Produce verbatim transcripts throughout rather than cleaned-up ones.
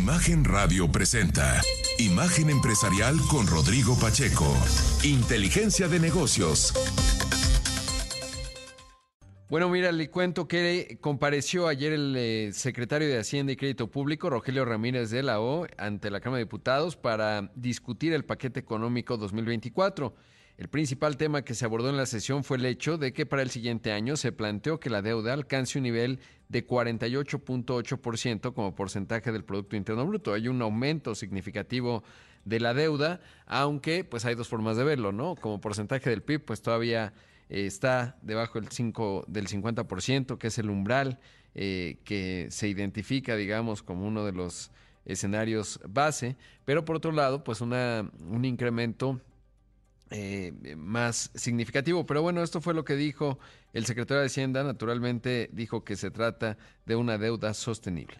Imagen Radio presenta Imagen Empresarial con Rodrigo Pacheco. Inteligencia de negocios. Bueno, mira, le cuento que compareció ayer el eh, secretario de Hacienda y Crédito Público, Rogelio Ramírez de la O, ante la Cámara de Diputados para discutir el paquete económico dos mil veinticuatro. El principal tema que se abordó en la sesión fue el hecho de que para el siguiente año se planteó que la deuda alcance un nivel de cuarenta y ocho punto ocho por ciento como porcentaje del Producto Interno Bruto. Hay un aumento significativo de la deuda, aunque pues hay dos formas de verlo, ¿no? Como porcentaje del P I B, pues todavía eh, está debajo del, cinco, del cincuenta por ciento, que es el umbral eh, que se identifica, digamos, como uno de los escenarios base, pero por otro lado, pues una, un incremento Eh, más significativo. Pero bueno, esto fue lo que dijo el secretario de Hacienda. Naturalmente dijo que se trata de una deuda sostenible.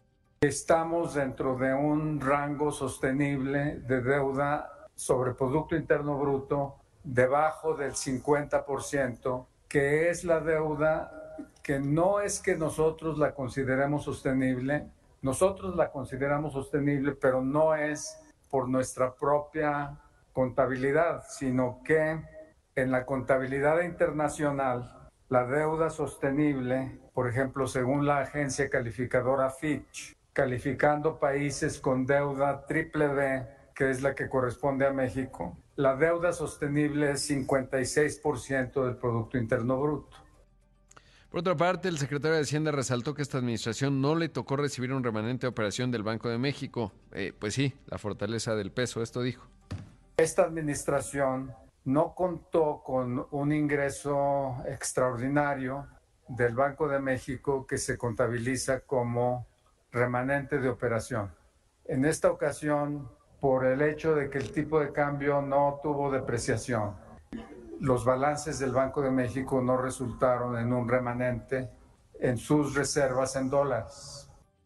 Estamos dentro de un rango sostenible de deuda sobre Producto Interno Bruto debajo del cincuenta por ciento, que es la deuda que no es que nosotros la consideremos sostenible, nosotros la consideramos sostenible, pero no es por nuestra propia contabilidad, sino que en la contabilidad internacional, la deuda sostenible, por ejemplo, según la agencia calificadora Fitch, calificando países con deuda triple B, que es la que corresponde a México, la deuda sostenible es cincuenta y seis por ciento del Producto Interno Bruto. Por otra parte, el secretario de Hacienda resaltó que esta administración no le tocó recibir un remanente de operación del Banco de México. Eh, pues sí, la fortaleza del peso, esto dijo. Esta administración no contó con un ingreso extraordinario del Banco de México que se contabiliza como remanente de operación. En esta ocasión, por el hecho de que el tipo de cambio no tuvo depreciación, los balances del Banco de México no resultaron en un remanente en sus reservas en dólares.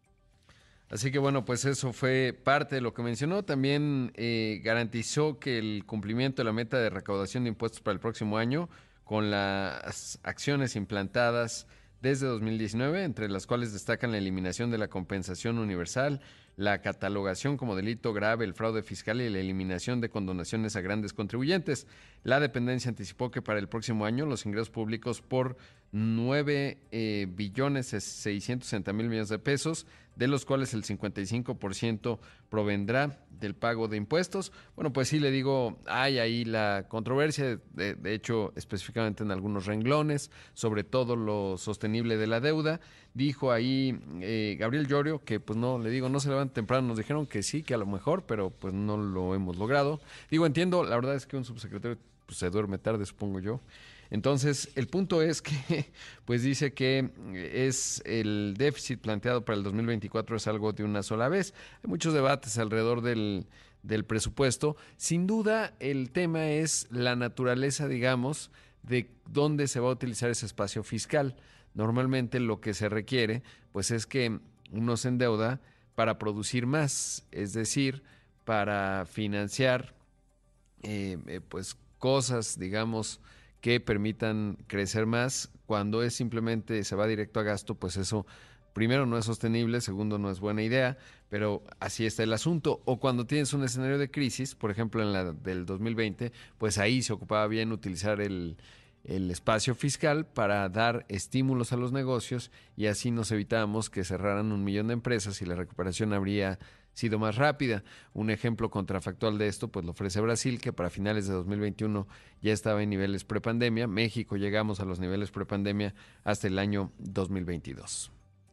Así que bueno, pues eso fue parte de lo que mencionó. También eh, garantizó que el cumplimiento de la meta de recaudación de impuestos para el próximo año con las acciones implantadas desde dos mil diecinueve, entre las cuales destacan la eliminación de la compensación universal, la catalogación como delito grave, el fraude fiscal y la eliminación de condonaciones a grandes contribuyentes. La dependencia anticipó que para el próximo año los ingresos públicos por nueve eh, billones seiscientos sesenta mil millones de pesos, de los cuales el cincuenta y cinco por ciento provendrá del pago de impuestos. Bueno, pues sí, le digo, hay ahí la controversia, de, de hecho, específicamente en algunos renglones, sobre todo lo sostenible de la deuda. Dijo ahí eh, Gabriel Llorio que, pues no, le digo, no se levantan temprano, nos dijeron que sí, que a lo mejor, pero pues no lo hemos logrado. Digo, entiendo, la verdad es que un subsecretario pues, se duerme tarde, supongo yo. Entonces, el punto es que, pues dice que es el déficit planteado para el dos mil veinticuatro es algo de una sola vez. Hay muchos debates alrededor del, del presupuesto. Sin duda, el tema es la naturaleza, digamos, de dónde se va a utilizar ese espacio fiscal. Normalmente lo que se requiere, pues es que uno se endeuda para producir más, es decir, para financiar, eh, eh, pues, cosas, digamos, que permitan crecer más. Cuando es simplemente se va directo a gasto, pues eso primero no es sostenible, segundo no es buena idea, pero así está el asunto. O cuando tienes un escenario de crisis, por ejemplo en la del dos mil veinte, pues ahí se ocupaba bien utilizar el, el espacio fiscal para dar estímulos a los negocios y así nos evitábamos que cerraran un millón de empresas y la recuperación habría sido más rápida. Un ejemplo contrafactual de esto pues lo ofrece Brasil, que para finales de dos mil veintiuno ya estaba en niveles prepandemia. México llegamos a los niveles prepandemia hasta el año dos mil veintidós.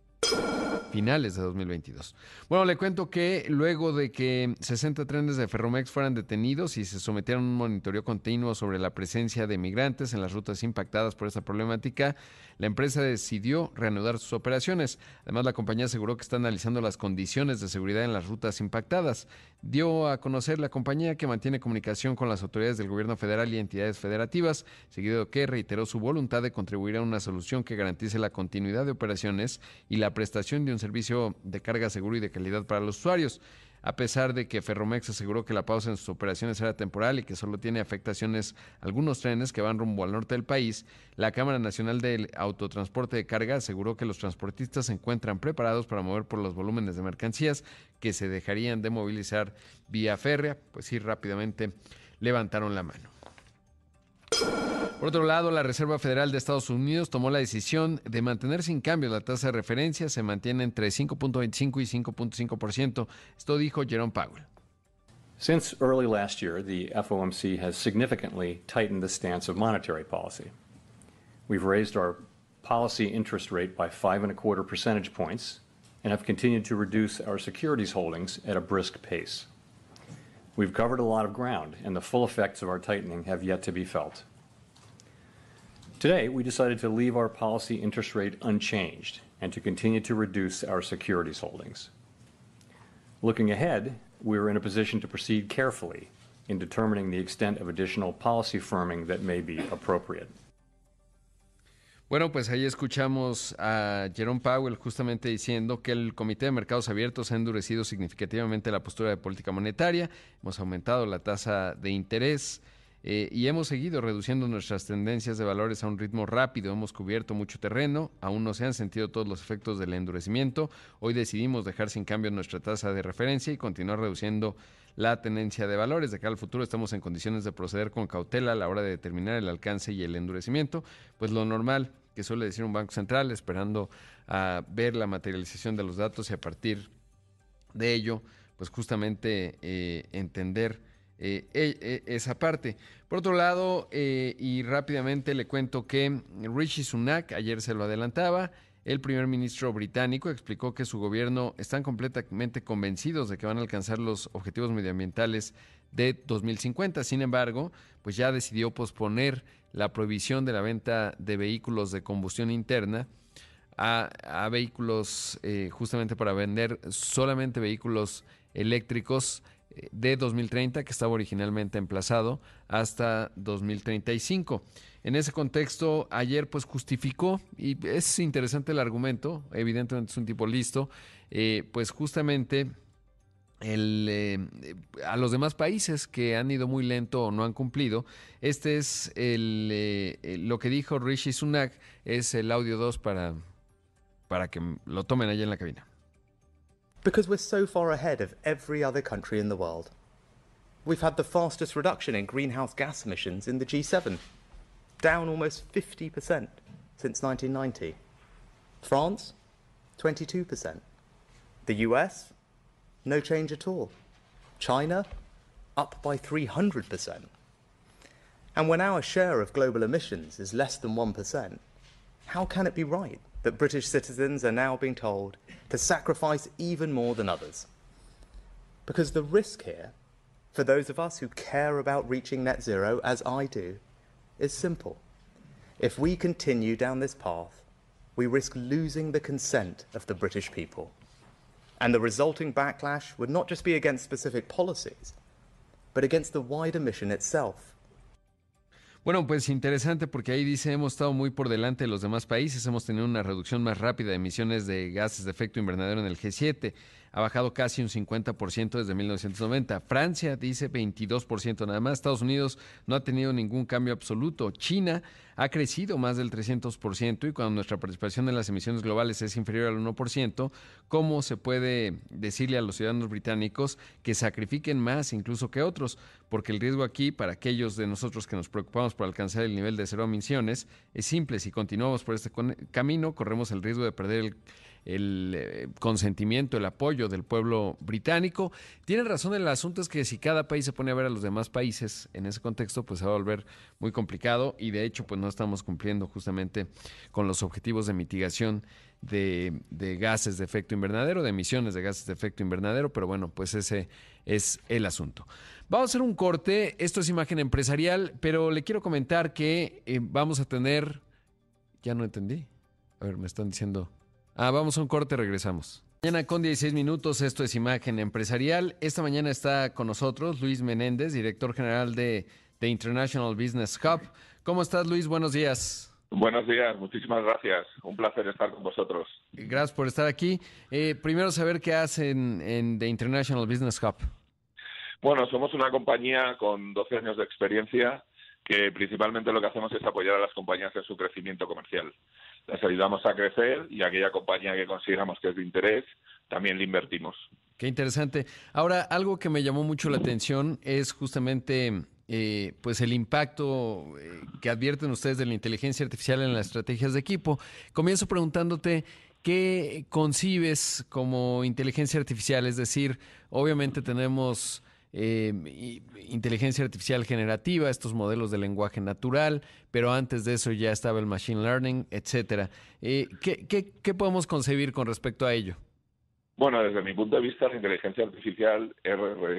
Finales de dos mil veintidós. Bueno, le cuento que luego de que sesenta trenes de Ferromex fueran detenidos y se sometieron a un monitoreo continuo sobre la presencia de migrantes en las rutas impactadas por esta problemática, la empresa decidió reanudar sus operaciones. Además, la compañía aseguró que está analizando las condiciones de seguridad en las rutas impactadas. Dio a conocer la compañía que mantiene comunicación con las autoridades del gobierno federal y entidades federativas, seguido de que reiteró su voluntad de contribuir a una solución que garantice la continuidad de operaciones y la prestación de un servicio de carga seguro y de calidad para los usuarios. a pesar de que Ferromex aseguró que la pausa en sus operaciones era temporal y que solo tiene afectaciones a algunos trenes que van rumbo al norte del país. La Cámara Nacional del Autotransporte de Carga aseguró que los transportistas se encuentran preparados para mover por los volúmenes de mercancías que se dejarían de movilizar vía férrea. Pues sí, rápidamente levantaron la mano. Por otro lado, la Reserva Federal de Estados Unidos tomó la decisión de mantener sin cambios la tasa de referencia. Se mantiene entre cinco punto veinticinco y cinco punto cinco por ciento. Esto dijo Jerome Powell. Since early last year, the F O M C has significantly tightened the stance of monetary policy. We've raised our policy interest rate by five and a quarter percentage points and have continued to reduce our securities holdings at a brisk pace. We've covered a lot of ground, and the full effects of our tightening have yet to be felt. Today, we decided to leave our policy interest rate unchanged and to continue to reduce our securities holdings. Looking ahead, we are in a position to proceed carefully in determining the extent of additional policy firming that may be appropriate. Bueno, pues ahí escuchamos a Jerome Powell justamente diciendo que el Comité de Mercados Abiertos ha endurecido significativamente la postura de política monetaria, hemos aumentado la tasa de interés eh, y hemos seguido reduciendo nuestras tendencias de valores a un ritmo rápido. Hemos cubierto mucho terreno, aún no se han sentido todos los efectos del endurecimiento. Hoy decidimos dejar sin cambio nuestra tasa de referencia y continuar reduciendo la tendencia de valores. De cara al futuro estamos en condiciones de proceder con cautela a la hora de determinar el alcance y el endurecimiento, pues lo normal que suele decir un banco central, esperando a ver la materialización de los datos y a partir de ello, pues justamente eh, entender eh, eh, esa parte. Por otro lado, eh, y rápidamente le cuento que Rishi Sunak, ayer se lo adelantaba, el primer ministro británico explicó que su gobierno están completamente convencidos de que van a alcanzar los objetivos medioambientales de dos mil cincuenta. Sin embargo, pues ya decidió posponer la prohibición de la venta de vehículos de combustión interna a, a vehículos eh, justamente para vender solamente vehículos eléctricos eh, de dos mil treinta, que estaba originalmente emplazado hasta dos mil treinta y cinco. En ese contexto, ayer pues justificó, y es interesante el argumento, evidentemente es un tipo listo, eh, pues justamente el, eh, a los demás países que han ido muy lento o no han cumplido. Este es el, eh, lo que dijo Rishi Sunak, es el audio dos para, para que lo tomen allá en la cabina. Because we're so far ahead of every other country in the world. We've had the fastest reduction in greenhouse gas emissions in the G seven, down almost fifty percent since nineteen ninety. France, twenty-two percent. The U S, no change at all. China, up by three hundred percent. And when our share of global emissions is less than one percent, how can it be right that British citizens are now being told to sacrifice even more than others? Because the risk here, for those of us who care about reaching net zero, as I do, is simple. If we continue down this path, we risk losing the consent of the British people. And the resulting backlash would not just be against specific policies, but against the wider mission itself. Bueno, pues interesante porque ahí dice, hemos estado muy por delante de los demás países, hemos tenido una reducción más rápida de emisiones de gases de efecto invernadero en el G siete, ha bajado casi un cincuenta por ciento desde mil novecientos noventa. Francia dice veintidós por ciento nada más. Estados Unidos no ha tenido ningún cambio absoluto. China ha crecido más del trescientos por ciento y cuando nuestra participación en las emisiones globales es inferior al uno por ciento, ¿cómo se puede decirle a los ciudadanos británicos que sacrifiquen más incluso que otros? Porque el riesgo aquí, para aquellos de nosotros que nos preocupamos por alcanzar el nivel de cero emisiones, es simple. Si continuamos por este camino, corremos el riesgo de perder el el eh, consentimiento, el apoyo del pueblo británico. Tiene razón, el asunto es que si cada país se pone a ver a los demás países en ese contexto, pues se va a volver muy complicado y de hecho pues no estamos cumpliendo justamente con los objetivos de mitigación de, de gases de efecto invernadero, de emisiones de gases de efecto invernadero, pero bueno, pues ese es el asunto. Vamos a hacer un corte, esto es Imagen Empresarial, pero le quiero comentar que eh, vamos a tener, ya no entendí, a ver, me están diciendo... Ah, vamos a un corte, regresamos. Mañana con dieciséis minutos, esto es Imagen Empresarial. Esta mañana está con nosotros Luis Menéndez, director general de, de International Business Hub. ¿Cómo estás, Luis? Buenos días. Buenos días, muchísimas gracias. Un placer estar con vosotros. Gracias por estar aquí. Eh, primero, saber qué hacen en The International Business Hub. Bueno, somos una compañía con doce años de experiencia que principalmente lo que hacemos es apoyar a las compañías en su crecimiento comercial. Las ayudamos a crecer y aquella compañía que consideramos que es de interés, también le invertimos. Qué interesante. Ahora, algo que me llamó mucho la atención es justamente eh, pues el impacto eh, que advierten ustedes de la inteligencia artificial en las estrategias de equipo. Comienzo preguntándote qué concibes como inteligencia artificial, es decir, obviamente tenemos eh, inteligencia artificial generativa, estos modelos de lenguaje natural, pero antes de eso ya estaba el machine learning, etcétera. Eh, ¿qué, qué, ¿Qué podemos concebir con respecto a ello? Bueno, desde mi punto de vista, la inteligencia artificial es,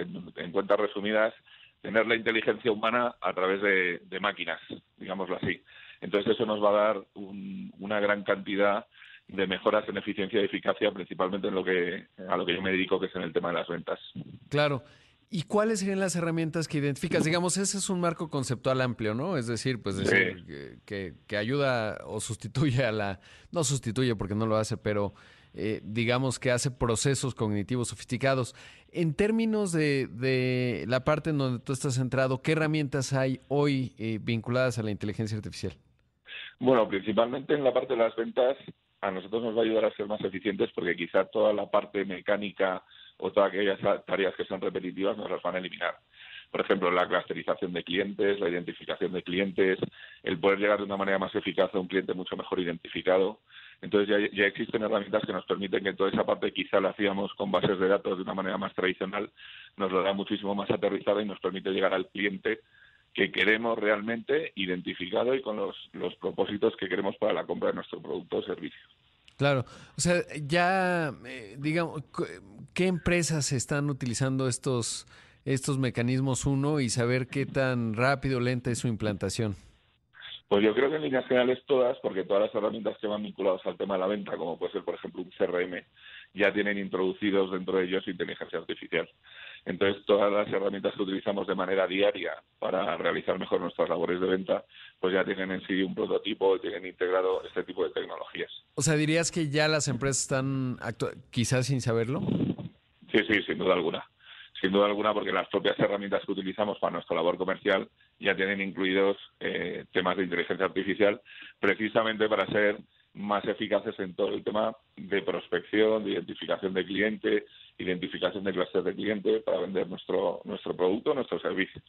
en cuentas resumidas, tener la inteligencia humana a través de, de máquinas, digámoslo así. Entonces eso nos va a dar un, una gran cantidad de mejoras en eficiencia y eficacia, principalmente en lo que a lo que yo me dedico, que es en el tema de las ventas. Claro. ¿Y cuáles serían las herramientas que identificas? Digamos, ese es un marco conceptual amplio, ¿no? Es decir, pues decir Sí. que, que, que ayuda o sustituye a la... No sustituye porque no lo hace, pero eh, digamos que hace procesos cognitivos sofisticados. En términos de, de la parte en donde tú estás centrado, ¿qué herramientas hay hoy eh, vinculadas a la inteligencia artificial? Bueno, principalmente en la parte de las ventas, a nosotros nos va a ayudar a ser más eficientes porque quizá toda la parte mecánica o todas aquellas tareas que son repetitivas nos las van a eliminar. Por ejemplo, la clusterización de clientes, la identificación de clientes, el poder llegar de una manera más eficaz a un cliente mucho mejor identificado. Entonces ya, ya existen herramientas que nos permiten que toda esa parte quizá la hacíamos con bases de datos de una manera más tradicional, nos lo da muchísimo más aterrizada y nos permite llegar al cliente que queremos realmente identificado y con los, los propósitos que queremos para la compra de nuestro producto o servicio. Claro, o sea, ya, eh, digamos, ¿qué empresas están utilizando estos, estos mecanismos uno y saber qué tan rápido o lenta es su implantación? Pues yo creo que en líneas generales todas, porque todas las herramientas que van vinculadas al tema de la venta, como puede ser, por ejemplo, un C R M, ya tienen introducidos dentro de ellos inteligencia artificial. Entonces, todas las herramientas que utilizamos de manera diaria para realizar mejor nuestras labores de venta, pues ya tienen en sí un prototipo, tienen integrado este tipo de tecnologías. O sea, ¿dirías que ya las empresas están actu- quizás sin saberlo? Sí, sí, sin duda alguna. Sin duda alguna, porque las propias herramientas que utilizamos para nuestra labor comercial ya tienen incluidos eh, temas de inteligencia artificial, precisamente para ser más eficaces en todo el tema de prospección, de identificación de cliente, identificación de clases de cliente para vender nuestro nuestro producto, nuestro servicio.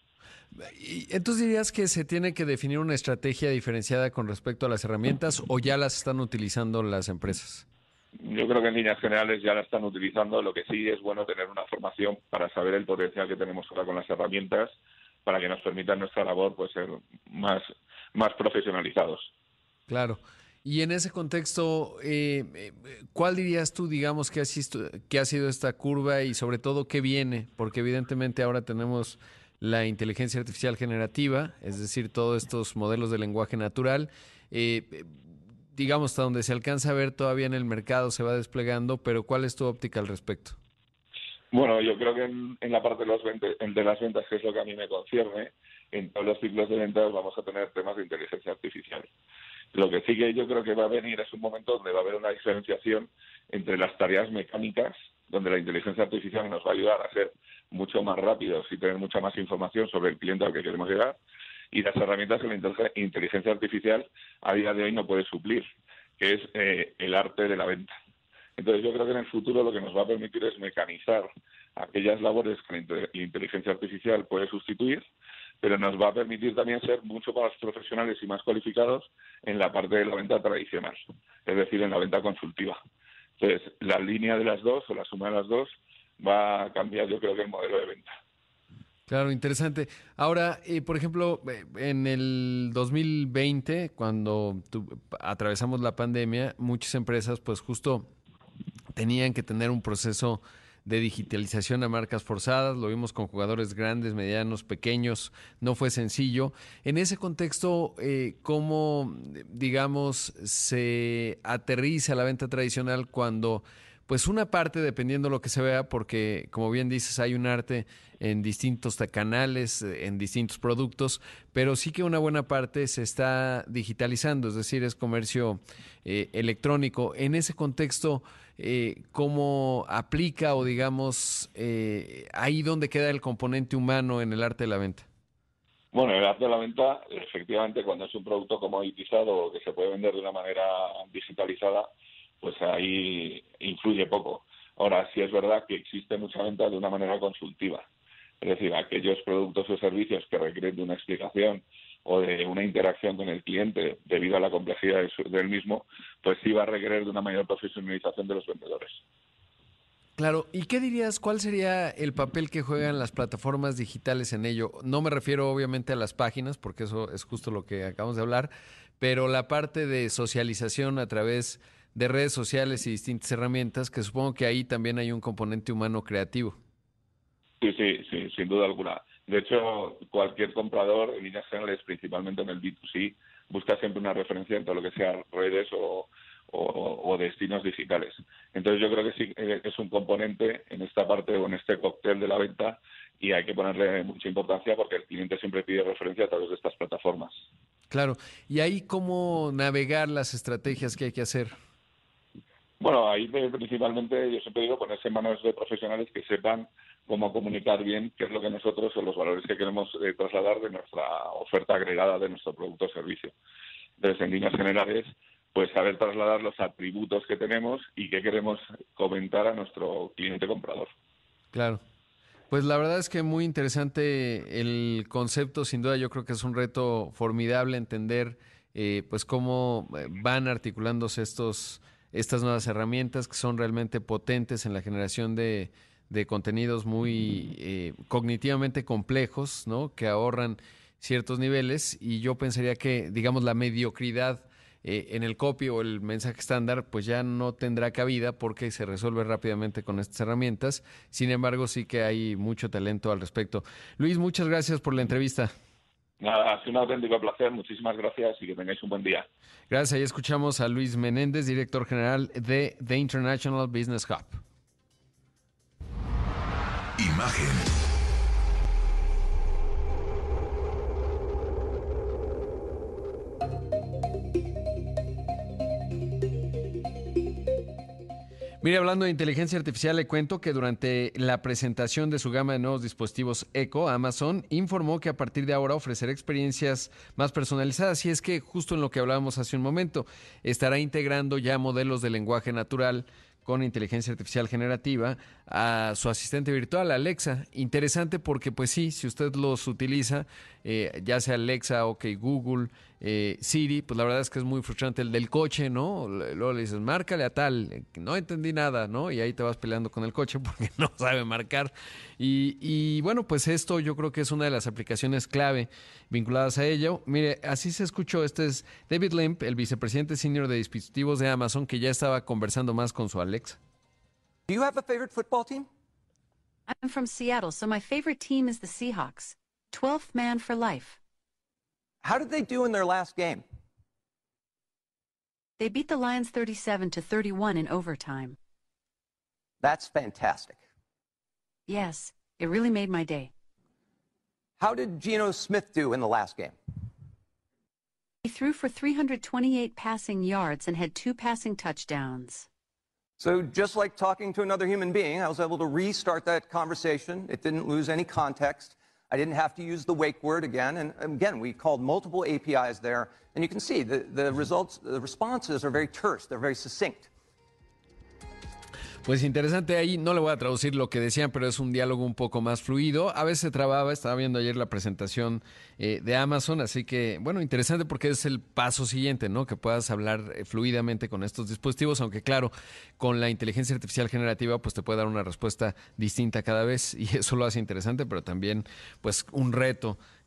Y entonces dirías que se tiene que definir una estrategia diferenciada con respecto a las herramientas o ya las están utilizando las empresas. Yo creo que en líneas generales ya la están utilizando. Lo que sí es bueno tener una formación para saber el potencial que tenemos ahora con las herramientas para que nos permitan nuestra labor pues ser más, más profesionalizados. Claro. Y en ese contexto, eh, ¿cuál dirías tú, digamos, que ha, sido, que ha sido esta curva y sobre todo qué viene? Porque evidentemente ahora tenemos la inteligencia artificial generativa, es decir, todos estos modelos de lenguaje natural. Eh, digamos, hasta donde se alcanza a ver todavía en el mercado se va desplegando, pero ¿cuál es tu óptica al respecto? Bueno, yo creo que en, en la parte de, los vente, de las ventas, que es lo que a mí me concierne, en todos los ciclos de ventas vamos a tener temas de inteligencia artificial. Lo que sí que yo creo que va a venir es un momento donde va a haber una diferenciación entre las tareas mecánicas, donde la inteligencia artificial nos va a ayudar a ser mucho más rápidos y tener mucha más información sobre el cliente al que queremos llegar, y las herramientas que la inteligencia artificial a día de hoy no puede suplir, que es eh, el arte de la venta. Entonces yo creo que en el futuro lo que nos va a permitir es mecanizar aquellas labores que la inteligencia artificial puede sustituir, pero nos va a permitir también ser mucho más profesionales y más cualificados en la parte de la venta tradicional, es decir, en la venta consultiva. Entonces, la línea de las dos, o la suma de las dos, va a cambiar, yo creo que el modelo de venta. Claro, interesante. Ahora, eh, por ejemplo, en el dos mil veinte, cuando tu, atravesamos la pandemia, muchas empresas, pues justo tenían que tener un proceso de digitalización a marcas forzadas, lo vimos con jugadores grandes, medianos, pequeños, no fue sencillo. En ese contexto, eh, ¿cómo, digamos, se aterriza la venta tradicional cuando pues una parte dependiendo de lo que se vea, porque como bien dices, hay un arte en distintos canales, en distintos productos, pero sí que una buena parte se está digitalizando, es decir, es comercio eh, electrónico. En ese contexto, eh, ¿cómo aplica o digamos eh, ahí donde queda el componente humano en el arte de la venta? Bueno, el arte de la venta, efectivamente, cuando es un producto comoditizado o que se puede vender de una manera digitalizada, pues ahí influye poco. Ahora, sí es verdad que existe mucha venta de una manera consultiva. Es decir, aquellos productos o servicios que requieren de una explicación o de una interacción con el cliente debido a la complejidad de su, del mismo, pues sí va a requerir de una mayor profesionalización de los vendedores. Claro, ¿y qué dirías, cuál sería el papel que juegan las plataformas digitales en ello? No me refiero obviamente a las páginas, porque eso es justo lo que acabamos de hablar, pero la parte de socialización a través de redes sociales y distintas herramientas, que supongo que ahí también hay un componente humano creativo. Sí, sí, sí, sin duda alguna. De hecho, cualquier comprador, en líneas generales, principalmente en el B dos C, busca siempre una referencia en todo lo que sea redes o, o, o destinos digitales. Entonces yo creo que sí es un componente en esta parte o en este cóctel de la venta y hay que ponerle mucha importancia porque el cliente siempre pide referencia a través de estas plataformas. Claro, y ahí cómo navegar las estrategias que hay que hacer. Bueno, ahí principalmente yo siempre digo ponerse en manos de profesionales que sepan cómo comunicar bien qué es lo que nosotros o los valores que queremos eh, trasladar de nuestra oferta agregada de nuestro producto o servicio. Entonces, en líneas generales, pues saber trasladar los atributos que tenemos y qué queremos comentar a nuestro cliente comprador. Claro. Pues la verdad es que muy interesante el concepto, sin duda yo creo que es un reto formidable entender eh, pues cómo van articulándose estos estas nuevas herramientas que son realmente potentes en la generación de, de contenidos muy eh, cognitivamente complejos, ¿no? Que ahorran ciertos niveles y yo pensaría que, digamos, la mediocridad eh, en el copy o el mensaje estándar, pues ya no tendrá cabida porque se resuelve rápidamente con estas herramientas. Sin embargo, sí que hay mucho talento al respecto. Luis, muchas gracias por la entrevista. Nada, ha sido un auténtico placer, muchísimas gracias y que tengáis un buen día. Gracias, ahí escuchamos a Luis Menéndez, director general de The International Business Hub. Imagen. Mire, hablando de inteligencia artificial, le cuento que durante la presentación de su gama de nuevos dispositivos Echo, Amazon informó que a partir de ahora ofrecerá experiencias más personalizadas. Y es que justo en lo que hablábamos hace un momento, estará integrando ya modelos de lenguaje natural con inteligencia artificial generativa a su asistente virtual, Alexa. Interesante porque, pues sí, si usted los utiliza, eh, ya sea Alexa, OK Google, eh, Siri, pues la verdad es que es muy frustrante el del coche, ¿no? Luego le dices, márcale a tal, no entendí nada, ¿no? Y ahí te vas peleando con el coche porque no sabe marcar. Y, y bueno, pues esto yo creo que es una de las aplicaciones clave vinculadas a ello. Mire, así se escuchó. Este es David Limp, el vicepresidente senior de dispositivos de Amazon, que ya estaba conversando más con su Alexa. Do you have a favorite football team? I'm from Seattle, so my favorite team is the Seahawks. twelfth man for life. How did they do in their last game? They beat the Lions thirty-seven to thirty-one in overtime. That's fantastic. Yes, it really made my day. How did Geno Smith do in the last game? He threw for three hundred twenty-eight passing yards and had two passing touchdowns. So just like talking to another human being, I was able to restart that conversation. It didn't lose any context. I didn't have to use the wake word again. And again, we called multiple A P Is there. And you can see the, the results, the responses are very terse. They're very succinct. Pues interesante ahí, no le voy a traducir lo que decían, pero es un diálogo un poco más fluido. A veces se trababa, estaba viendo ayer la presentación eh, de Amazon, así que, bueno, interesante porque es el paso siguiente, ¿no? Que puedas hablar eh, fluidamente con estos dispositivos, aunque claro, con la inteligencia artificial generativa, pues te puede dar una respuesta distinta cada vez y eso lo hace interesante, pero también, pues, un reto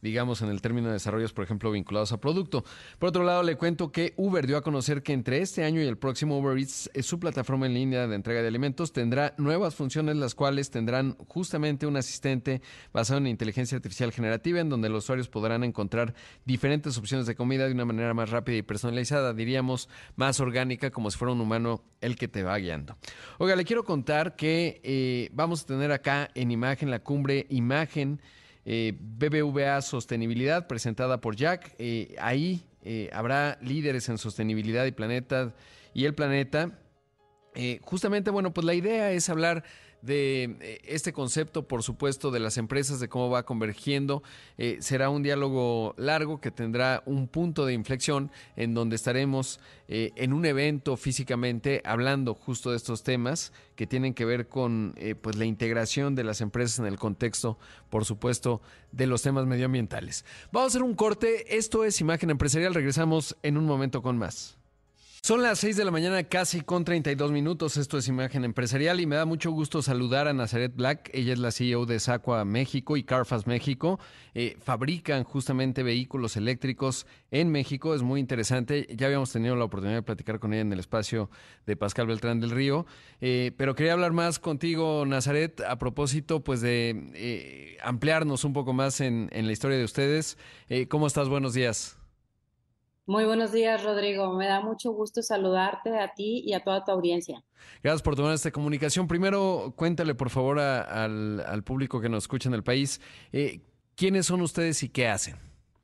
digamos, en el término de desarrollos, por ejemplo, vinculados a producto. Por otro lado, le cuento que Uber dio a conocer que entre este año y el próximo Uber Eats, su plataforma en línea de entrega de alimentos, tendrá nuevas funciones, las cuales tendrán justamente un asistente basado en inteligencia artificial generativa, en donde los usuarios podrán encontrar diferentes opciones de comida de una manera más rápida y personalizada, diríamos más orgánica, como si fuera un humano el que te va guiando. Oiga, le quiero contar que eh, vamos a tener acá en imagen la cumbre Imagen eh, B B V A Sostenibilidad, presentada por Jack. Eh, ahí eh, habrá líderes en sostenibilidad y planeta y el planeta. Eh, justamente, bueno, pues la idea es hablar de este concepto, por supuesto, de las empresas, de cómo va convergiendo. Eh, será un diálogo largo que tendrá un punto de inflexión en donde estaremos eh, en un evento físicamente hablando justo de estos temas que tienen que ver con eh, pues la integración de las empresas en el contexto, por supuesto, de los temas medioambientales. Vamos a hacer un corte. Esto es Imagen Empresarial. Regresamos en un momento con más. Son las seis de la mañana, casi con treinta y dos minutos. Esto es Imagen Empresarial y me da mucho gusto saludar a Nazaret Black. Ella es la C E O de Sacua México y Carfax México. Eh, fabrican justamente vehículos eléctricos en México. Es muy interesante. Ya habíamos tenido la oportunidad de platicar con ella en el espacio de Pascal Beltrán del Río. Eh, pero quería hablar más contigo, Nazaret, a propósito pues de eh, ampliarnos un poco más en, en la historia de ustedes. Eh, ¿Cómo estás? Buenos días. Muy buenos días, Rodrigo. Me da mucho gusto saludarte a ti y a toda tu audiencia. Gracias por tomar esta comunicación. Primero, cuéntale, por favor, a, al, al público que nos escucha en el país, eh, ¿quiénes son ustedes y qué hacen?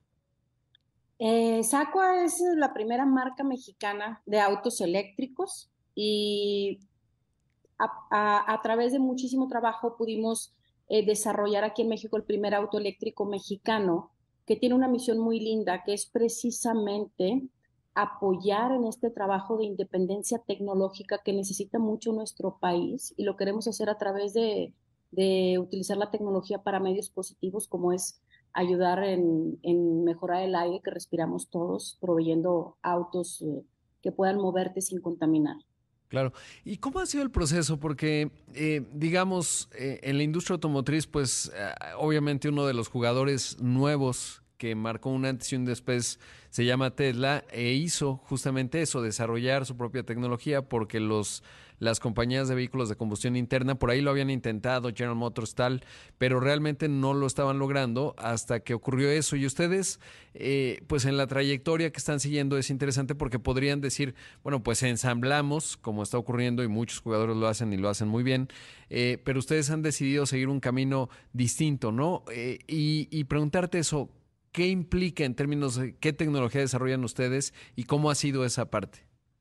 Eh, Sacua es la primera marca mexicana de autos eléctricos y a, a, a través de muchísimo trabajo pudimos eh, desarrollar aquí en México el primer auto eléctrico mexicano, que tiene una misión muy linda, que es precisamente apoyar en este trabajo de independencia tecnológica que necesita mucho nuestro país, y lo queremos hacer a través de, de utilizar la tecnología para medios positivos, como es ayudar en, en mejorar el aire que respiramos todos, proveyendo autos eh, que puedan moverte sin contaminar. Claro. ¿Y cómo ha sido el proceso? Porque, eh, digamos, eh, en la industria automotriz, pues eh, obviamente uno de los jugadores nuevos que marcó un antes y un después se llama Tesla, e hizo justamente eso, desarrollar su propia tecnología, porque los las compañías de vehículos de combustión interna por ahí lo habían intentado, General Motors tal, pero realmente no lo estaban logrando hasta que ocurrió eso. Y ustedes, eh, pues en la trayectoria que están siguiendo es interesante, porque podrían decir, bueno, pues ensamblamos, como está ocurriendo y muchos jugadores lo hacen y lo hacen muy bien, eh, pero ustedes han decidido seguir un camino distinto, ¿no? Eh, y, y preguntarte eso, ¿qué implica en términos de qué tecnología desarrollan ustedes y cómo ha sido esa parte?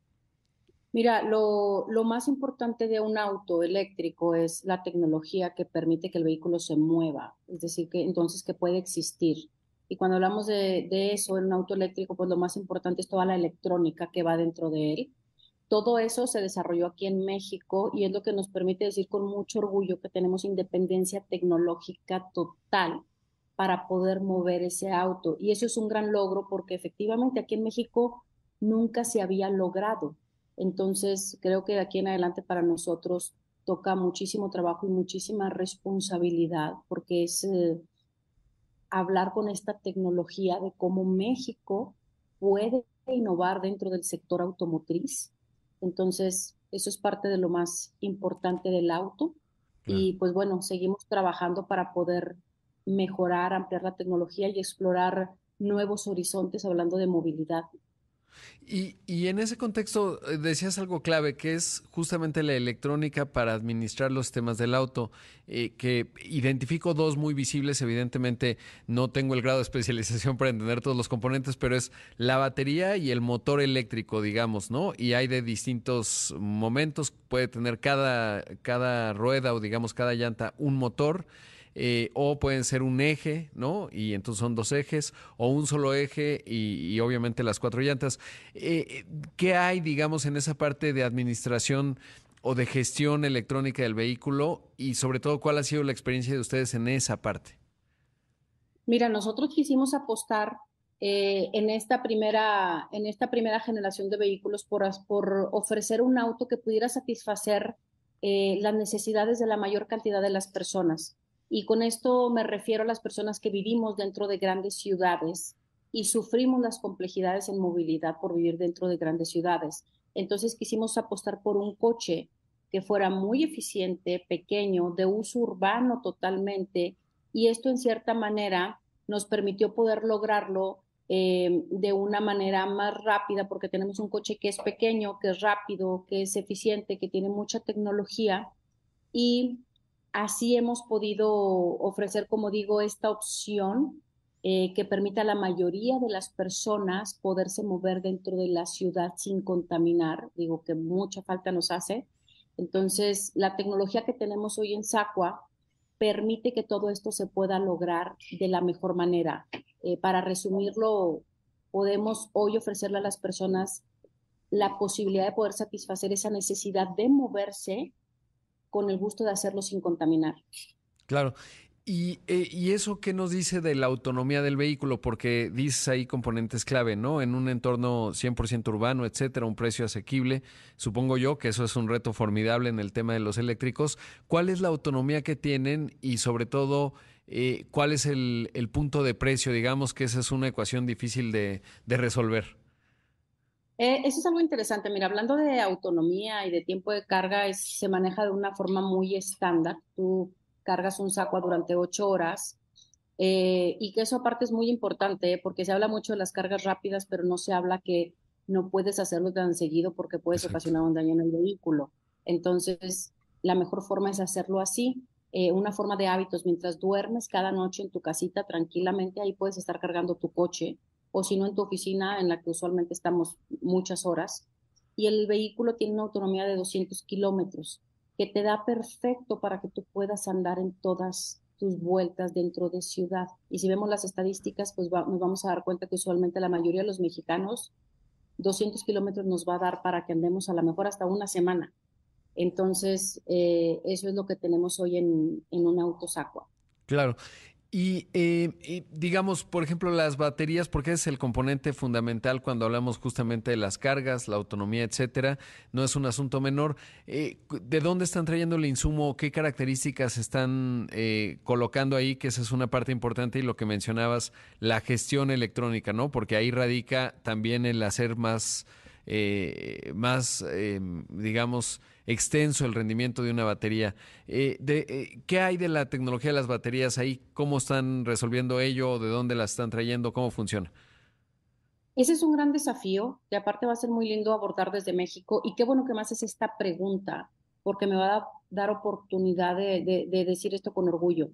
Mira, lo, lo más importante de un auto eléctrico es la tecnología que permite que el vehículo se mueva, es decir, que entonces que puede existir. Y cuando hablamos de, de eso en un auto eléctrico, pues lo más importante es toda la electrónica que va dentro de él. Todo eso se desarrolló aquí en México y es lo que nos permite decir con mucho orgullo que tenemos independencia tecnológica total para poder mover ese auto. Y eso es un gran logro, porque efectivamente aquí en México nunca se había logrado. Entonces, creo que de aquí en adelante para nosotros toca muchísimo trabajo y muchísima responsabilidad, porque es eh, hablar con esta tecnología de cómo México puede innovar dentro del sector automotriz. Entonces, eso es parte de lo más importante del auto. Claro. Y pues bueno, seguimos trabajando para poder mejorar, ampliar la tecnología y explorar nuevos horizontes hablando de movilidad. Y, y en ese contexto decías algo clave, que es justamente la electrónica para administrar los sistemas del auto, eh, que identifico dos muy visibles. Evidentemente no tengo el grado de especialización para entender todos los componentes, pero es la batería y el motor eléctrico, digamos, ¿no? Y hay de distintos momentos, puede tener cada, cada rueda o digamos cada llanta un motor. Eh, o pueden ser un eje, ¿no? Y entonces son dos ejes, o un solo eje y, y obviamente las cuatro llantas. Eh, ¿Qué hay, digamos, en esa parte de administración o de gestión electrónica del vehículo? Y sobre todo, ¿cuál ha sido la experiencia de ustedes en esa parte? Mira, nosotros quisimos apostar eh, en, esta primera, en esta primera generación de vehículos por, por ofrecer un auto que pudiera satisfacer eh, las necesidades de la mayor cantidad de las personas. Y con esto me refiero a las personas que vivimos dentro de grandes ciudades y sufrimos las complejidades en movilidad por vivir dentro de grandes ciudades. Entonces quisimos apostar por un coche que fuera muy eficiente, pequeño, de uso urbano totalmente, y esto en cierta manera nos permitió poder lograrlo eh, de una manera más rápida, porque tenemos un coche que es pequeño, que es rápido, que es eficiente, que tiene mucha tecnología, y así hemos podido ofrecer, como digo, esta opción eh, que permita a la mayoría de las personas poderse mover dentro de la ciudad sin contaminar. Digo que mucha falta nos hace. Entonces, la tecnología que tenemos hoy en Sacua permite que todo esto se pueda lograr de la mejor manera. Eh, para resumirlo, podemos hoy ofrecerle a las personas la posibilidad de poder satisfacer esa necesidad de moverse con el gusto de hacerlo sin contaminar. Claro. Y, eh, ¿Y eso qué nos dice de la autonomía del vehículo? Porque dices ahí componentes clave, ¿no? En un entorno cien por ciento urbano, etcétera, un precio asequible. Supongo yo que eso es un reto formidable en el tema de los eléctricos. ¿Cuál es la autonomía que tienen y sobre todo eh, cuál es el, el punto de precio? Digamos que esa es una ecuación difícil de, de resolver. Eh, eso es algo interesante. Mira, hablando de autonomía y de tiempo de carga, es, se maneja de una forma muy estándar. Tú cargas un Sacua durante ocho horas eh, y que eso aparte es muy importante ¿eh? Porque se habla mucho de las cargas rápidas, pero no se habla que no puedes hacerlo tan seguido porque puedes Exacto. ocasionar un daño en el vehículo. Entonces, la mejor forma es hacerlo así. Eh, una forma de hábitos, mientras duermes cada noche en tu casita tranquilamente, ahí puedes estar cargando tu coche, o si no en tu oficina en la que usualmente estamos muchas horas, y el vehículo tiene una autonomía de doscientos kilómetros, que te da perfecto para que tú puedas andar en todas tus vueltas dentro de ciudad. Y si vemos las estadísticas, pues va, nos vamos a dar cuenta que usualmente la mayoría de los mexicanos, doscientos kilómetros nos va a dar para que andemos a lo mejor hasta una semana. Entonces, eh, eso es lo que tenemos hoy en, en un auto Sacua. Claro. Y, eh, y digamos, por ejemplo, las baterías, porque es el componente fundamental cuando hablamos justamente de las cargas, la autonomía, etcétera, no es un asunto menor. Eh, ¿De dónde están trayendo el insumo? ¿Qué características están eh, colocando ahí? Que esa es una parte importante, y lo que mencionabas, la gestión electrónica, ¿no? Porque ahí radica también el hacer más, eh, más eh, digamos, extenso el rendimiento de una batería. Eh, de, eh, ¿Qué hay de la tecnología de las baterías ahí? ¿Cómo están resolviendo ello? ¿De dónde las están trayendo? ¿Cómo funciona? Ese es un gran desafío, que aparte va a ser muy lindo abordar desde México, y qué bueno que me haces esta pregunta, porque me va a dar oportunidad de, de, de decir esto con orgullo.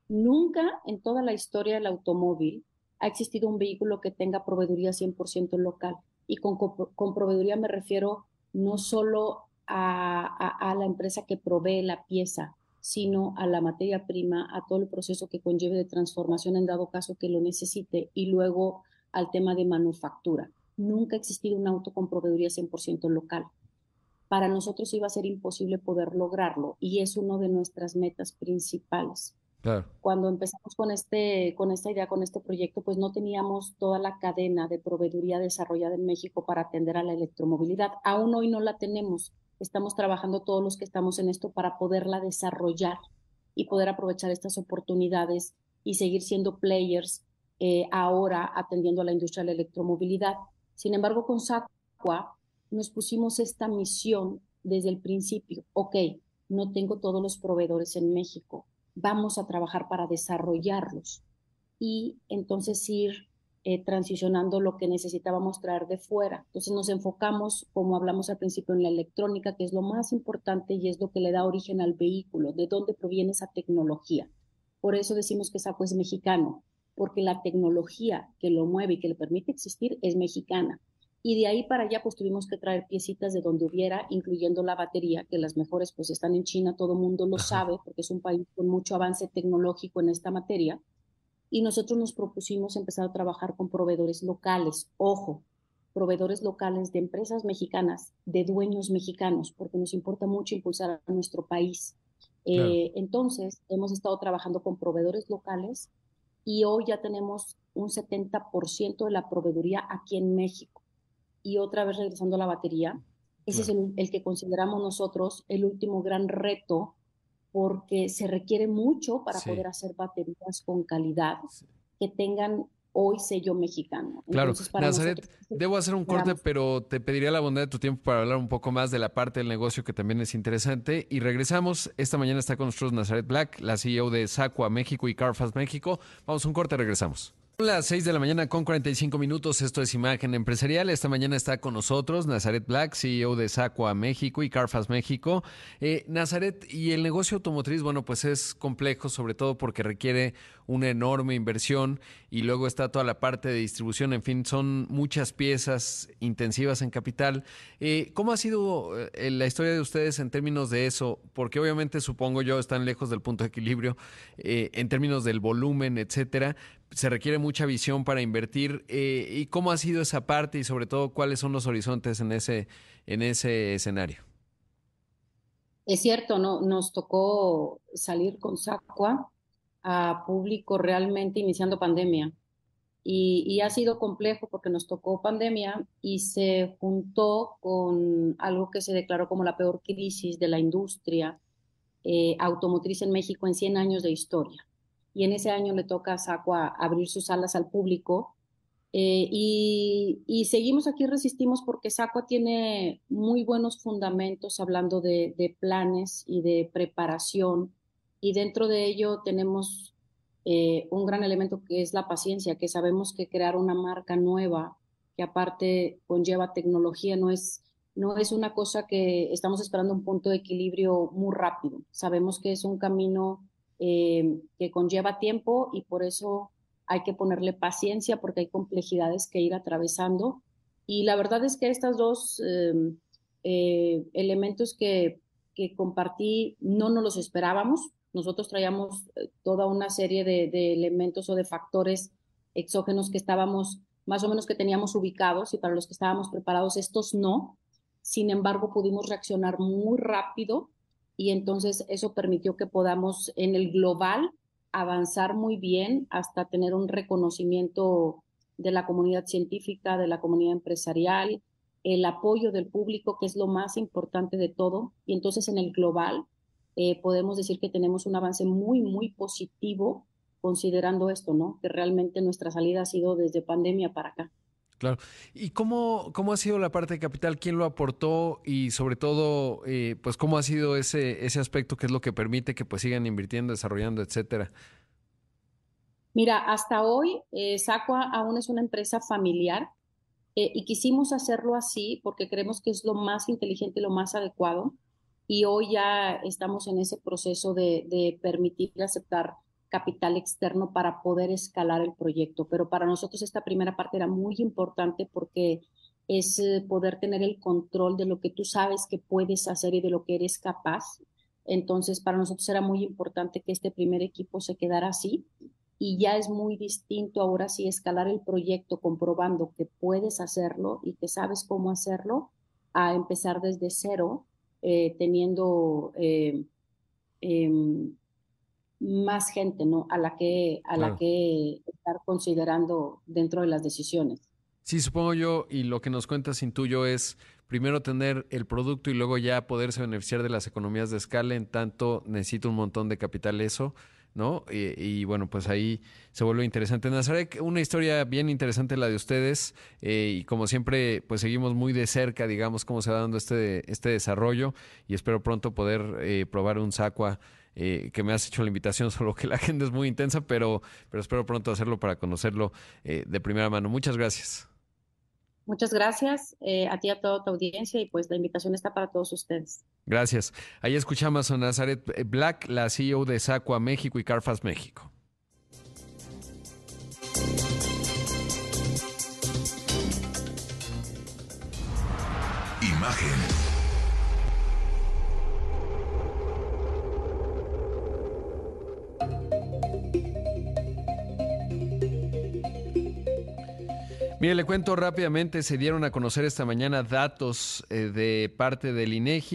Nunca en toda la historia del automóvil ha existido un vehículo que tenga proveeduría cien por ciento local, y con, con proveeduría me refiero no solo a, a, a la empresa que provee la pieza, sino a la materia prima, a todo el proceso que conlleve de transformación en dado caso que lo necesite, y luego al tema de manufactura. Nunca ha existido un auto con proveeduría cien por ciento local. Para nosotros iba a ser imposible poder lograrlo, y es una de nuestras metas principales. Claro. Cuando empezamos con, este, con esta idea, con este proyecto, pues no teníamos toda la cadena de proveeduría desarrollada en México para atender a la electromovilidad. Aún hoy no la tenemos. Estamos trabajando todos los que estamos en esto para poderla desarrollar y poder aprovechar estas oportunidades y seguir siendo players eh, ahora atendiendo a la industria de la electromovilidad. Sin embargo, con Sacua nos pusimos esta misión desde el principio. Ok, no tengo todos los proveedores en México. Vamos a trabajar para desarrollarlos y entonces ir eh, transicionando lo que necesitábamos traer de fuera. Entonces nos enfocamos, como hablamos al principio, en la electrónica, que es lo más importante y es lo que le da origen al vehículo, de dónde proviene esa tecnología. Por eso decimos que Sacua es mexicano, porque la tecnología que lo mueve y que le permite existir es mexicana. Y de ahí para allá pues tuvimos que traer piecitas de donde hubiera, incluyendo la batería, que las mejores pues están en China, todo el mundo lo sabe, porque es un país con mucho avance tecnológico en esta materia, y nosotros nos propusimos empezar a trabajar con proveedores locales, ojo, proveedores locales de empresas mexicanas, de dueños mexicanos, porque nos importa mucho impulsar a nuestro país. Claro. Eh, entonces, hemos estado trabajando con proveedores locales y hoy ya tenemos un setenta por ciento de la proveeduría aquí en México. Y otra vez regresando a la batería, ese claro. es el, el que consideramos nosotros el último gran reto porque se requiere mucho para Sí. poder hacer baterías con calidad que tengan hoy sello mexicano. Claro, Entonces, para Nazaret, nosotros, debo hacer un corte, esperamos- pero te pediría la bondad de tu tiempo para hablar un poco más de la parte del negocio que también es interesante. Y regresamos. Esta mañana está con nosotros Nazaret Black, la C E O de Sacua México y CarFast México. Vamos a un corte, regresamos. Son las seis de la mañana con cuarenta y cinco minutos. Esto es Imagen Empresarial. Esta mañana está con nosotros Nazaret Black, C E O de Sacua México y CarFast México. Eh, Nazaret, y el negocio automotriz, bueno, pues es complejo, sobre todo porque requiere una enorme inversión y luego está toda la parte de distribución. En fin, son muchas piezas intensivas en capital. Eh, ¿Cómo ha sido eh, la historia de ustedes en términos de eso? Porque obviamente, supongo yo, están lejos del punto de equilibrio eh, en términos del volumen, etcétera. Se requiere mucha visión para invertir. Eh, ¿Y cómo ha sido esa parte y sobre todo cuáles son los horizontes en ese, en ese escenario? Es cierto, ¿no? Nos tocó salir con Sacua a público realmente iniciando pandemia. Y, y ha sido complejo porque nos tocó pandemia y se juntó con algo que se declaró como la peor crisis de la industria eh, automotriz en México en cien años de historia. Y en ese año le toca a Sacua abrir sus alas al público. Eh, y, y seguimos aquí, resistimos porque Sacua tiene muy buenos fundamentos hablando de, de planes y de preparación. Y dentro de ello tenemos eh, un gran elemento que es la paciencia, que sabemos que crear una marca nueva, que aparte conlleva tecnología, no es, no es una cosa que estamos esperando un punto de equilibrio muy rápido. Sabemos que es un camino eh, que conlleva tiempo y por eso hay que ponerle paciencia porque hay complejidades que ir atravesando. Y la verdad es que estos dos eh, eh, elementos que, que compartí no nos los esperábamos. Nosotros traíamos toda una serie de, de elementos o de factores exógenos que estábamos, más o menos que teníamos ubicados y para los que estábamos preparados, estos no. Sin embargo, pudimos reaccionar muy rápido y entonces eso permitió que podamos en el global avanzar muy bien hasta tener un reconocimiento de la comunidad científica, de la comunidad empresarial, el apoyo del público, que es lo más importante de todo. Y entonces en el global eh, podemos decir que tenemos un avance muy, muy positivo considerando esto, ¿no? Que realmente nuestra salida ha sido desde pandemia para acá. Claro. ¿Y cómo, cómo ha sido la parte de capital? ¿Quién lo aportó? Y sobre todo, eh, pues cómo ha sido ese, ese aspecto que es lo que permite que pues sigan invirtiendo, desarrollando, etcétera. Mira, hasta hoy eh, Sacua aún es una empresa familiar eh, y quisimos hacerlo así porque creemos que es lo más inteligente y lo más adecuado. Y hoy ya estamos en ese proceso de, de permitir aceptar capital externo para poder escalar el proyecto. Pero para nosotros esta primera parte era muy importante porque es eh, poder tener el control de lo que tú sabes que puedes hacer y de lo que eres capaz. Entonces, para nosotros era muy importante que este primer equipo se quedara así. Y ya es muy distinto ahora sí escalar el proyecto comprobando que puedes hacerlo y que sabes cómo hacerlo, a empezar desde cero, eh, teniendo eh, eh, más gente, ¿no? A la que, a Claro. la que estar considerando dentro de las decisiones. Sí, supongo yo, y lo que nos cuentas intuyo es primero tener el producto y luego ya poderse beneficiar de las economías de escala, en tanto necesita un montón de capital eso, ¿no? Y, y bueno, pues ahí se vuelve interesante. Nazaret, una historia bien interesante la de ustedes eh, y como siempre, pues seguimos muy de cerca, digamos, cómo se va dando este, este desarrollo y espero pronto poder eh, probar un Sacua. Eh, que me has hecho la invitación, solo que la agenda es muy intensa, pero, pero espero pronto hacerlo para conocerlo eh, de primera mano. Muchas gracias. Muchas gracias eh, a ti y a toda tu audiencia y pues la invitación está para todos ustedes. Gracias. Ahí escuchamos a Nazaret Black, la C E O de Sacua México y CarFast México. Imagen. Mire, le cuento rápidamente, se dieron a conocer esta mañana datos eh, de parte del INEGI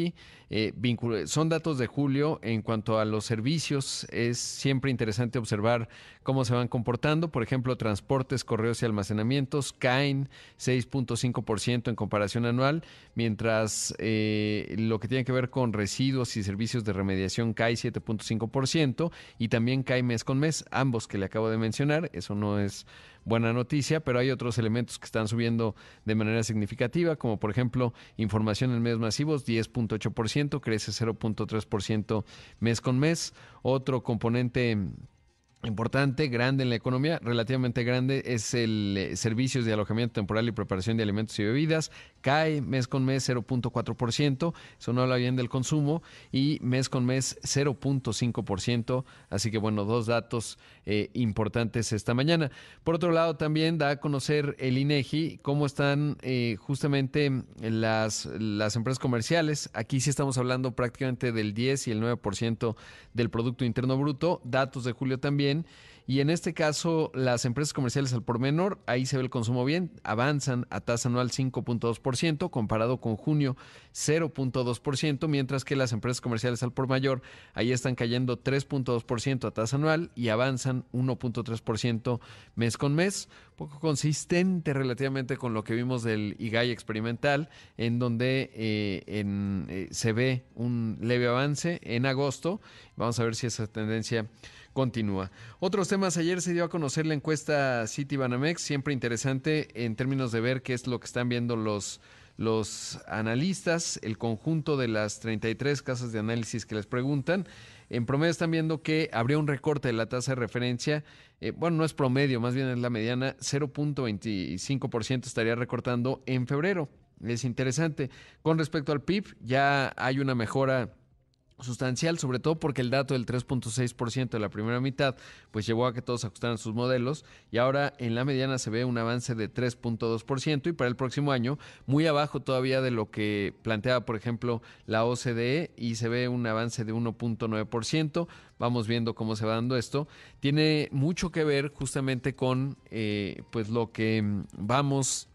Eh, vincul- son datos de julio. En cuanto a los servicios, es siempre interesante observar cómo se van comportando. Por ejemplo, transportes, correos y almacenamientos caen seis punto cinco por ciento en comparación anual, mientras eh, lo que tiene que ver con residuos y servicios de remediación cae siete punto cinco por ciento y también cae mes con mes, ambos que le acabo de mencionar. Eso no es buena noticia, pero hay otros elementos que están subiendo de manera significativa, como por ejemplo información en medios masivos, diez punto ocho por ciento, crece cero punto tres por ciento mes con mes. Otro componente importante, grande en la economía, relativamente grande, es el eh, servicios de alojamiento temporal y preparación de alimentos y bebidas. Cae mes con mes cero punto cuatro por ciento, eso no habla bien del consumo, y mes con mes cero punto cinco por ciento. Así que bueno, dos datos eh, importantes esta mañana. Por otro lado, también da a conocer el INEGI cómo están eh, justamente las, las empresas comerciales. Aquí sí estamos hablando prácticamente del diez y el nueve por ciento del Producto Interno Bruto. Datos de julio también. Y en este caso, las empresas comerciales al por menor, ahí se ve el consumo bien, avanzan a tasa anual cinco punto dos por ciento, comparado con junio cero punto dos por ciento, mientras que las empresas comerciales al por mayor, ahí están cayendo tres punto dos por ciento a tasa anual y avanzan uno punto tres por ciento mes con mes, poco consistente relativamente con lo que vimos del I G A I experimental, en donde eh, en, eh, se ve un leve avance en agosto. Vamos a ver si esa tendencia continúa. Otros temas, ayer se dio a conocer la encuesta Citibanamex, siempre interesante en términos de ver qué es lo que están viendo los, los analistas, el conjunto de las treinta y tres casas de análisis que les preguntan. En promedio están viendo que habría un recorte de la tasa de referencia, eh, bueno, no es promedio, más bien es la mediana, cero punto veinticinco por ciento estaría recortando en febrero. Es interesante. Con respecto al P I B, ya hay una mejora sustancial, sobre todo porque el dato del tres punto seis por ciento de la primera mitad pues llevó a que todos ajustaran sus modelos, y ahora en la mediana se ve un avance de tres punto dos por ciento y para el próximo año muy abajo todavía de lo que planteaba por ejemplo la O C D E, y se ve un avance de uno punto nueve por ciento. Vamos viendo cómo se va dando esto. Tiene mucho que ver justamente con eh, pues lo que vamos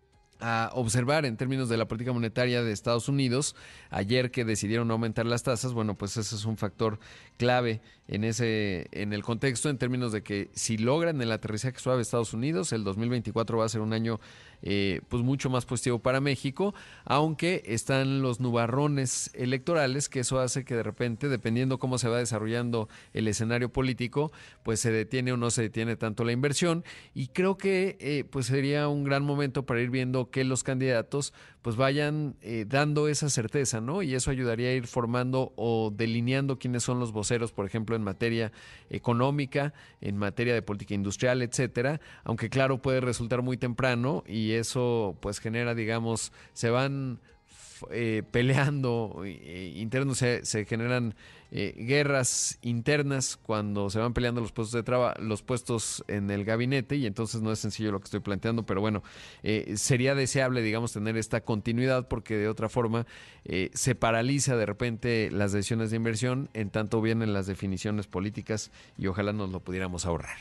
a observar en términos de la política monetaria de Estados Unidos. Ayer que decidieron aumentar las tasas, bueno, pues ese es un factor clave en ese en el contexto, en términos de que si logran el aterrizaje suave de Estados Unidos, el dos mil veinticuatro va a ser un año eh, pues mucho más positivo para México, aunque están los nubarrones electorales, que eso hace que de repente, dependiendo cómo se va desarrollando el escenario político, pues se detiene o no se detiene tanto la inversión, y creo que eh, pues sería un gran momento para ir viendo que los candidatos pues vayan eh, dando esa certeza, ¿no? Y eso ayudaría a ir formando o delineando quiénes son los voceros, por ejemplo, en materia económica, en materia de política industrial, etcétera, aunque claro, puede resultar muy temprano y eso pues genera, digamos, se van eh, peleando eh, internos, se, se generan eh, guerras internas cuando se van peleando los puestos de trabajo, los puestos en el gabinete, y entonces no es sencillo lo que estoy planteando, pero bueno, eh, sería deseable, digamos, tener esta continuidad, porque de otra forma eh, se paraliza de repente las decisiones de inversión, en tanto vienen las definiciones políticas, y ojalá nos lo pudiéramos ahorrar.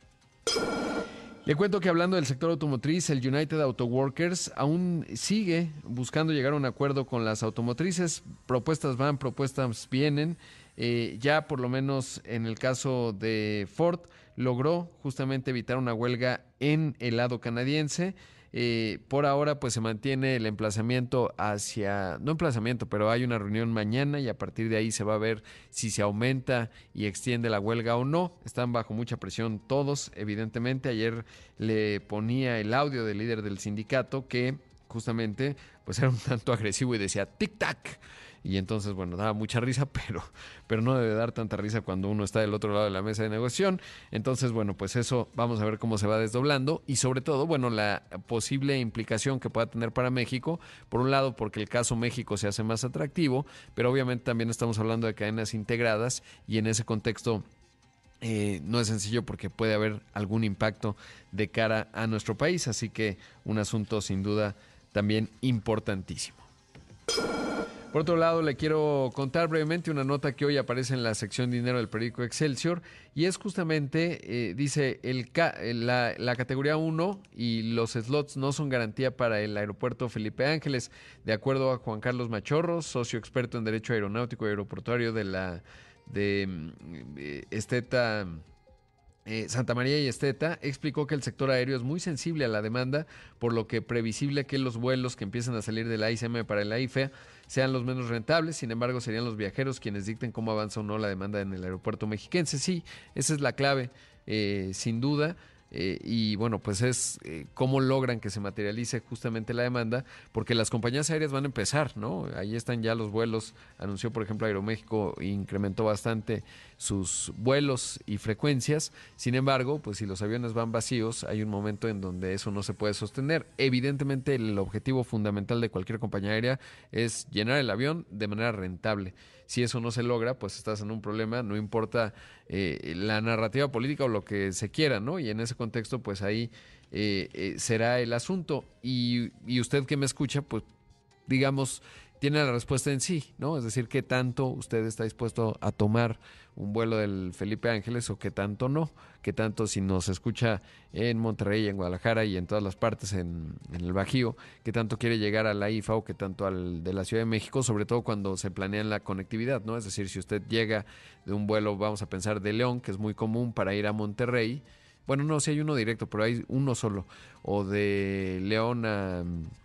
Le cuento que hablando del sector automotriz, el United Auto Workers aún sigue buscando llegar a un acuerdo con las automotrices. Propuestas van, propuestas vienen. Eh, ya por lo menos en el caso de Ford logró justamente evitar una huelga en el lado canadiense. Eh, por ahora pues se mantiene el emplazamiento hacia, no emplazamiento, pero hay una reunión mañana y a partir de ahí se va a ver si se aumenta y extiende la huelga o no. Están bajo mucha presión todos, evidentemente. Ayer le ponía el audio del líder del sindicato que justamente pues era un tanto agresivo y decía tic-tac. Y entonces, bueno, daba mucha risa, pero, pero no debe dar tanta risa cuando uno está del otro lado de la mesa de negociación. Entonces, bueno, pues eso vamos a ver cómo se va desdoblando, y sobre todo, bueno, la posible implicación que pueda tener para México, por un lado porque el caso México se hace más atractivo, pero obviamente también estamos hablando de cadenas integradas, y en ese contexto Eh, no es sencillo porque puede haber algún impacto de cara a nuestro país, así que un asunto sin duda también importantísimo. Por otro lado, le quiero contar brevemente una nota que hoy aparece en la sección Dinero del periódico Excelsior, y es justamente, eh, dice, el K, la, la categoría uno y los slots no son garantía para el aeropuerto Felipe Ángeles, de acuerdo a Juan Carlos Machorros, socio experto en Derecho Aeronáutico y Aeroportuario de la de eh, Esteta... Eh, Santa María y Esteta, explicó que el sector aéreo es muy sensible a la demanda, por lo que previsible que los vuelos que empiecen a salir de la I C M para el A I F E A sean los menos rentables. Sin embargo, serían los viajeros quienes dicten cómo avanza o no la demanda en el aeropuerto mexiquense. Sí, esa es la clave, eh, sin duda. Eh, y bueno, pues es eh, cómo logran que se materialice justamente la demanda, porque las compañías aéreas van a empezar, ¿no? Ahí están ya los vuelos, anunció por ejemplo Aeroméxico, incrementó bastante sus vuelos y frecuencias. Sin embargo, pues si los aviones van vacíos, hay un momento en donde eso no se puede sostener. Evidentemente el objetivo fundamental de cualquier compañía aérea es llenar el avión de manera rentable. Si eso no se logra, pues estás en un problema, no importa eh, la narrativa política o lo que se quiera, ¿no? Y en ese contexto, pues ahí eh, eh, será el asunto. Y, y usted que me escucha, pues digamos, tiene la respuesta en sí, ¿no? Es decir, qué tanto usted está dispuesto a tomar un vuelo del Felipe Ángeles o qué tanto no, qué tanto si nos escucha en Monterrey, en Guadalajara y en todas las partes en, en el Bajío, qué tanto quiere llegar a la I F A o qué tanto al de la Ciudad de México, sobre todo cuando se planea la conectividad, ¿no? Es decir, si usted llega de un vuelo, vamos a pensar de León, que es muy común para ir a Monterrey, bueno, no, si hay uno directo, pero hay uno solo, o de León a...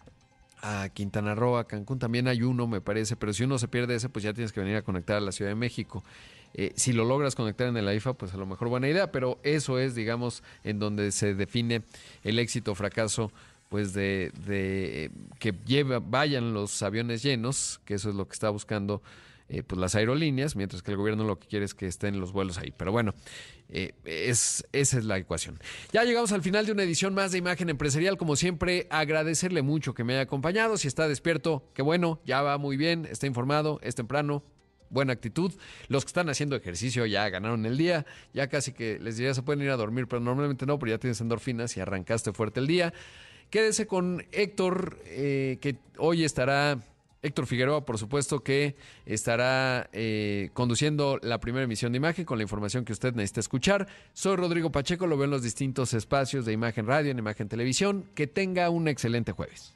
a Quintana Roo, a Cancún también hay uno, me parece, pero si uno se pierde ese, pues ya tienes que venir a conectar a la Ciudad de México. Eh, si lo logras conectar en el A I F A, pues a lo mejor buena idea, pero eso es, digamos, en donde se define el éxito o fracaso, pues de, de que lleva, vayan los aviones llenos, que eso es lo que está buscando eh, pues las aerolíneas, mientras que el gobierno lo que quiere es que estén los vuelos ahí. Pero bueno, eh, es, esa es la ecuación. Ya llegamos al final de una edición más de Imagen Empresarial. Como siempre, agradecerle mucho que me haya acompañado. Si está despierto, qué bueno, ya va muy bien, está informado, es temprano, buena actitud. Los que están haciendo ejercicio ya ganaron el día, ya casi que les diría se pueden ir a dormir, pero normalmente no, porque ya tienes endorfinas y arrancaste fuerte el día. Quédese con Héctor, eh, que hoy estará... Héctor Figueroa, por supuesto, que estará eh, conduciendo la primera emisión de Imagen con la información que usted necesita escuchar. Soy Rodrigo Pacheco, lo veo en los distintos espacios de Imagen Radio, en Imagen Televisión. Que tenga un excelente jueves.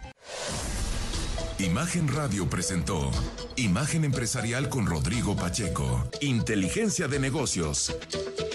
Imagen Radio presentó Imagen Empresarial con Rodrigo Pacheco. Inteligencia de negocios.